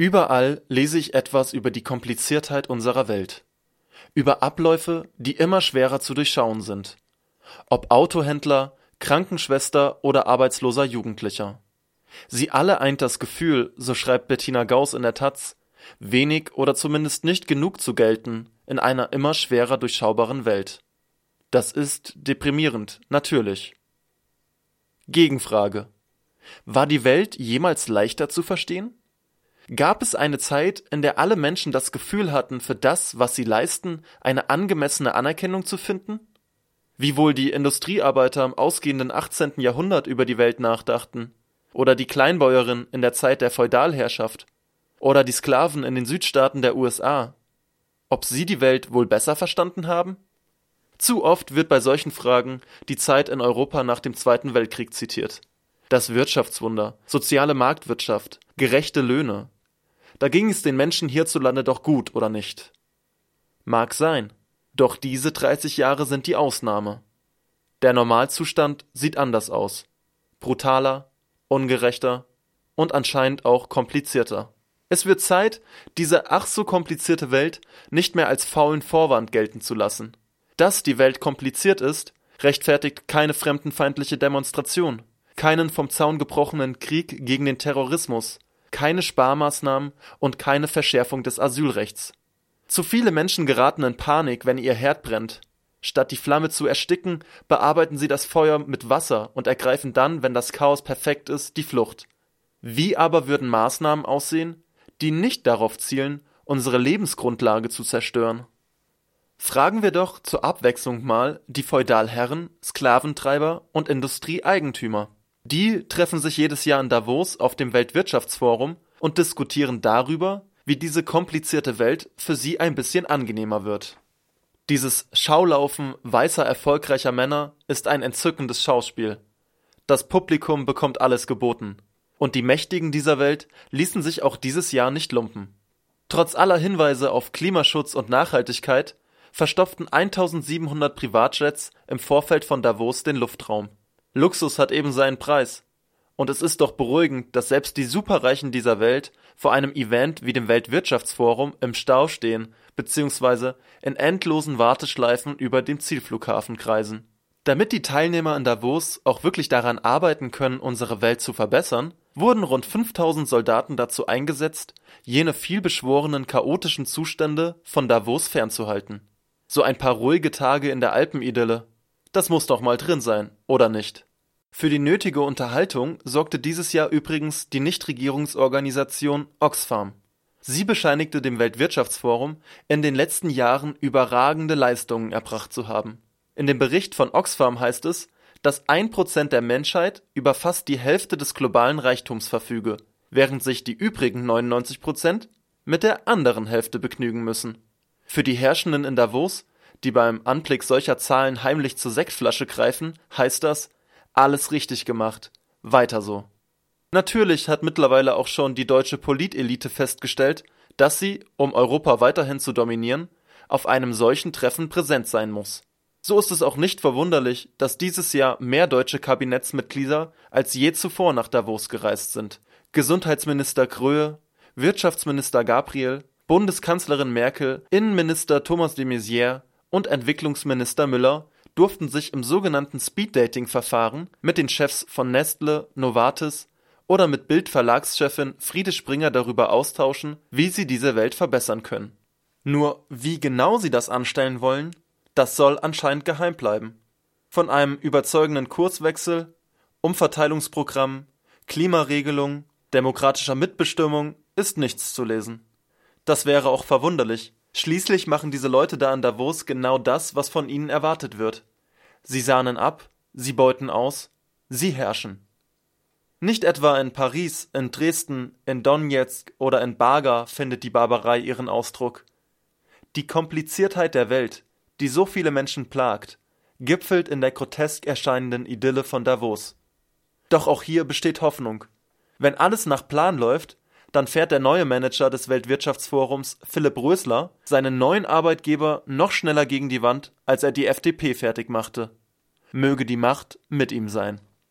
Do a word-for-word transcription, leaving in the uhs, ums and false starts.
Überall lese ich etwas über die Kompliziertheit unserer Welt. Über Abläufe, die immer schwerer zu durchschauen sind. Ob Autohändler, Krankenschwester oder arbeitsloser Jugendlicher. Sie alle eint das Gefühl, so schreibt Bettina Gauss in der Taz, wenig oder zumindest nicht genug zu gelten in einer immer schwerer durchschaubaren Welt. Das ist deprimierend, natürlich. Gegenfrage: War die Welt jemals leichter zu verstehen? Gab es eine Zeit, in der alle Menschen das Gefühl hatten, für das, was sie leisten, eine angemessene Anerkennung zu finden? Wie wohl die Industriearbeiter im ausgehenden achtzehnten Jahrhundert über die Welt nachdachten? Oder die Kleinbäuerin in der Zeit der Feudalherrschaft? Oder die Sklaven in den Südstaaten der U S A? Ob sie die Welt wohl besser verstanden haben? Zu oft wird bei solchen Fragen die Zeit in Europa nach dem Zweiten Weltkrieg zitiert. Das Wirtschaftswunder, soziale Marktwirtschaft, gerechte Löhne. Da ging es den Menschen hierzulande doch gut, oder nicht? Mag sein, doch diese dreißig Jahre sind die Ausnahme. Der Normalzustand sieht anders aus. Brutaler, ungerechter und anscheinend auch komplizierter. Es wird Zeit, diese ach so komplizierte Welt nicht mehr als faulen Vorwand gelten zu lassen. Dass die Welt kompliziert ist, rechtfertigt keine fremdenfeindliche Demonstration, keinen vom Zaun gebrochenen Krieg gegen den Terrorismus, keine Sparmaßnahmen und keine Verschärfung des Asylrechts. Zu viele Menschen geraten in Panik, wenn ihr Herd brennt. Statt die Flamme zu ersticken, bearbeiten sie das Feuer mit Wasser und ergreifen dann, wenn das Chaos perfekt ist, die Flucht. Wie aber würden Maßnahmen aussehen, die nicht darauf zielen, unsere Lebensgrundlage zu zerstören? Fragen wir doch zur Abwechslung mal die Feudalherren, Sklaventreiber und Industrieeigentümer. Die treffen sich jedes Jahr in Davos auf dem Weltwirtschaftsforum und diskutieren darüber, wie diese komplizierte Welt für sie ein bisschen angenehmer wird. Dieses Schaulaufen weißer erfolgreicher Männer ist ein entzückendes Schauspiel. Das Publikum bekommt alles geboten. Und die Mächtigen dieser Welt ließen sich auch dieses Jahr nicht lumpen. Trotz aller Hinweise auf Klimaschutz und Nachhaltigkeit verstopften eintausendsiebenhundert Privatjets im Vorfeld von Davos den Luftraum. Luxus hat eben seinen Preis. Und es ist doch beruhigend, dass selbst die Superreichen dieser Welt vor einem Event wie dem Weltwirtschaftsforum im Stau stehen, beziehungsweise in endlosen Warteschleifen über dem Zielflughafen kreisen. Damit die Teilnehmer in Davos auch wirklich daran arbeiten können, unsere Welt zu verbessern, wurden rund fünftausend Soldaten dazu eingesetzt, jene vielbeschworenen chaotischen Zustände von Davos fernzuhalten. So ein paar ruhige Tage in der Alpenidylle. Das muss doch mal drin sein, oder nicht? Für die nötige Unterhaltung sorgte dieses Jahr übrigens die Nichtregierungsorganisation Oxfam. Sie bescheinigte dem Weltwirtschaftsforum, in den letzten Jahren überragende Leistungen erbracht zu haben. In dem Bericht von Oxfam heißt es, dass ein Prozent der Menschheit über fast die Hälfte des globalen Reichtums verfüge, während sich die übrigen neunundneunzig Prozent mit der anderen Hälfte begnügen müssen. Für die Herrschenden in Davos, die beim Anblick solcher Zahlen heimlich zur Sektflasche greifen, heißt das: alles richtig gemacht, weiter so. Natürlich hat mittlerweile auch schon die deutsche Politelite festgestellt, dass sie, um Europa weiterhin zu dominieren, auf einem solchen Treffen präsent sein muss. So ist es auch nicht verwunderlich, dass dieses Jahr mehr deutsche Kabinettsmitglieder als je zuvor nach Davos gereist sind. Gesundheitsminister Gröhe, Wirtschaftsminister Gabriel, Bundeskanzlerin Merkel, Innenminister Thomas de Maizière und Entwicklungsminister Müller durften sich im sogenannten Speed-Dating-Verfahren mit den Chefs von Nestle, Novartis oder mit Bild-Verlagschefin Friede Springer darüber austauschen, wie sie diese Welt verbessern können. Nur wie genau sie das anstellen wollen, das soll anscheinend geheim bleiben. Von einem überzeugenden Kurswechsel, Umverteilungsprogramm, Klimaregelung, demokratischer Mitbestimmung ist nichts zu lesen. Das wäre auch verwunderlich. Schließlich machen diese Leute da in Davos genau das, was von ihnen erwartet wird. Sie sahnen ab, sie beuten aus, sie herrschen. Nicht etwa in Paris, in Dresden, in Donezk oder in Baga findet die Barbarei ihren Ausdruck. Die Kompliziertheit der Welt, die so viele Menschen plagt, gipfelt in der grotesk erscheinenden Idylle von Davos. Doch auch hier besteht Hoffnung. Wenn alles nach Plan läuft, dann fährt der neue Manager des Weltwirtschaftsforums, Philipp Rösler, seinen neuen Arbeitgeber noch schneller gegen die Wand, als er die F D P fertig machte. Möge die Macht mit ihm sein.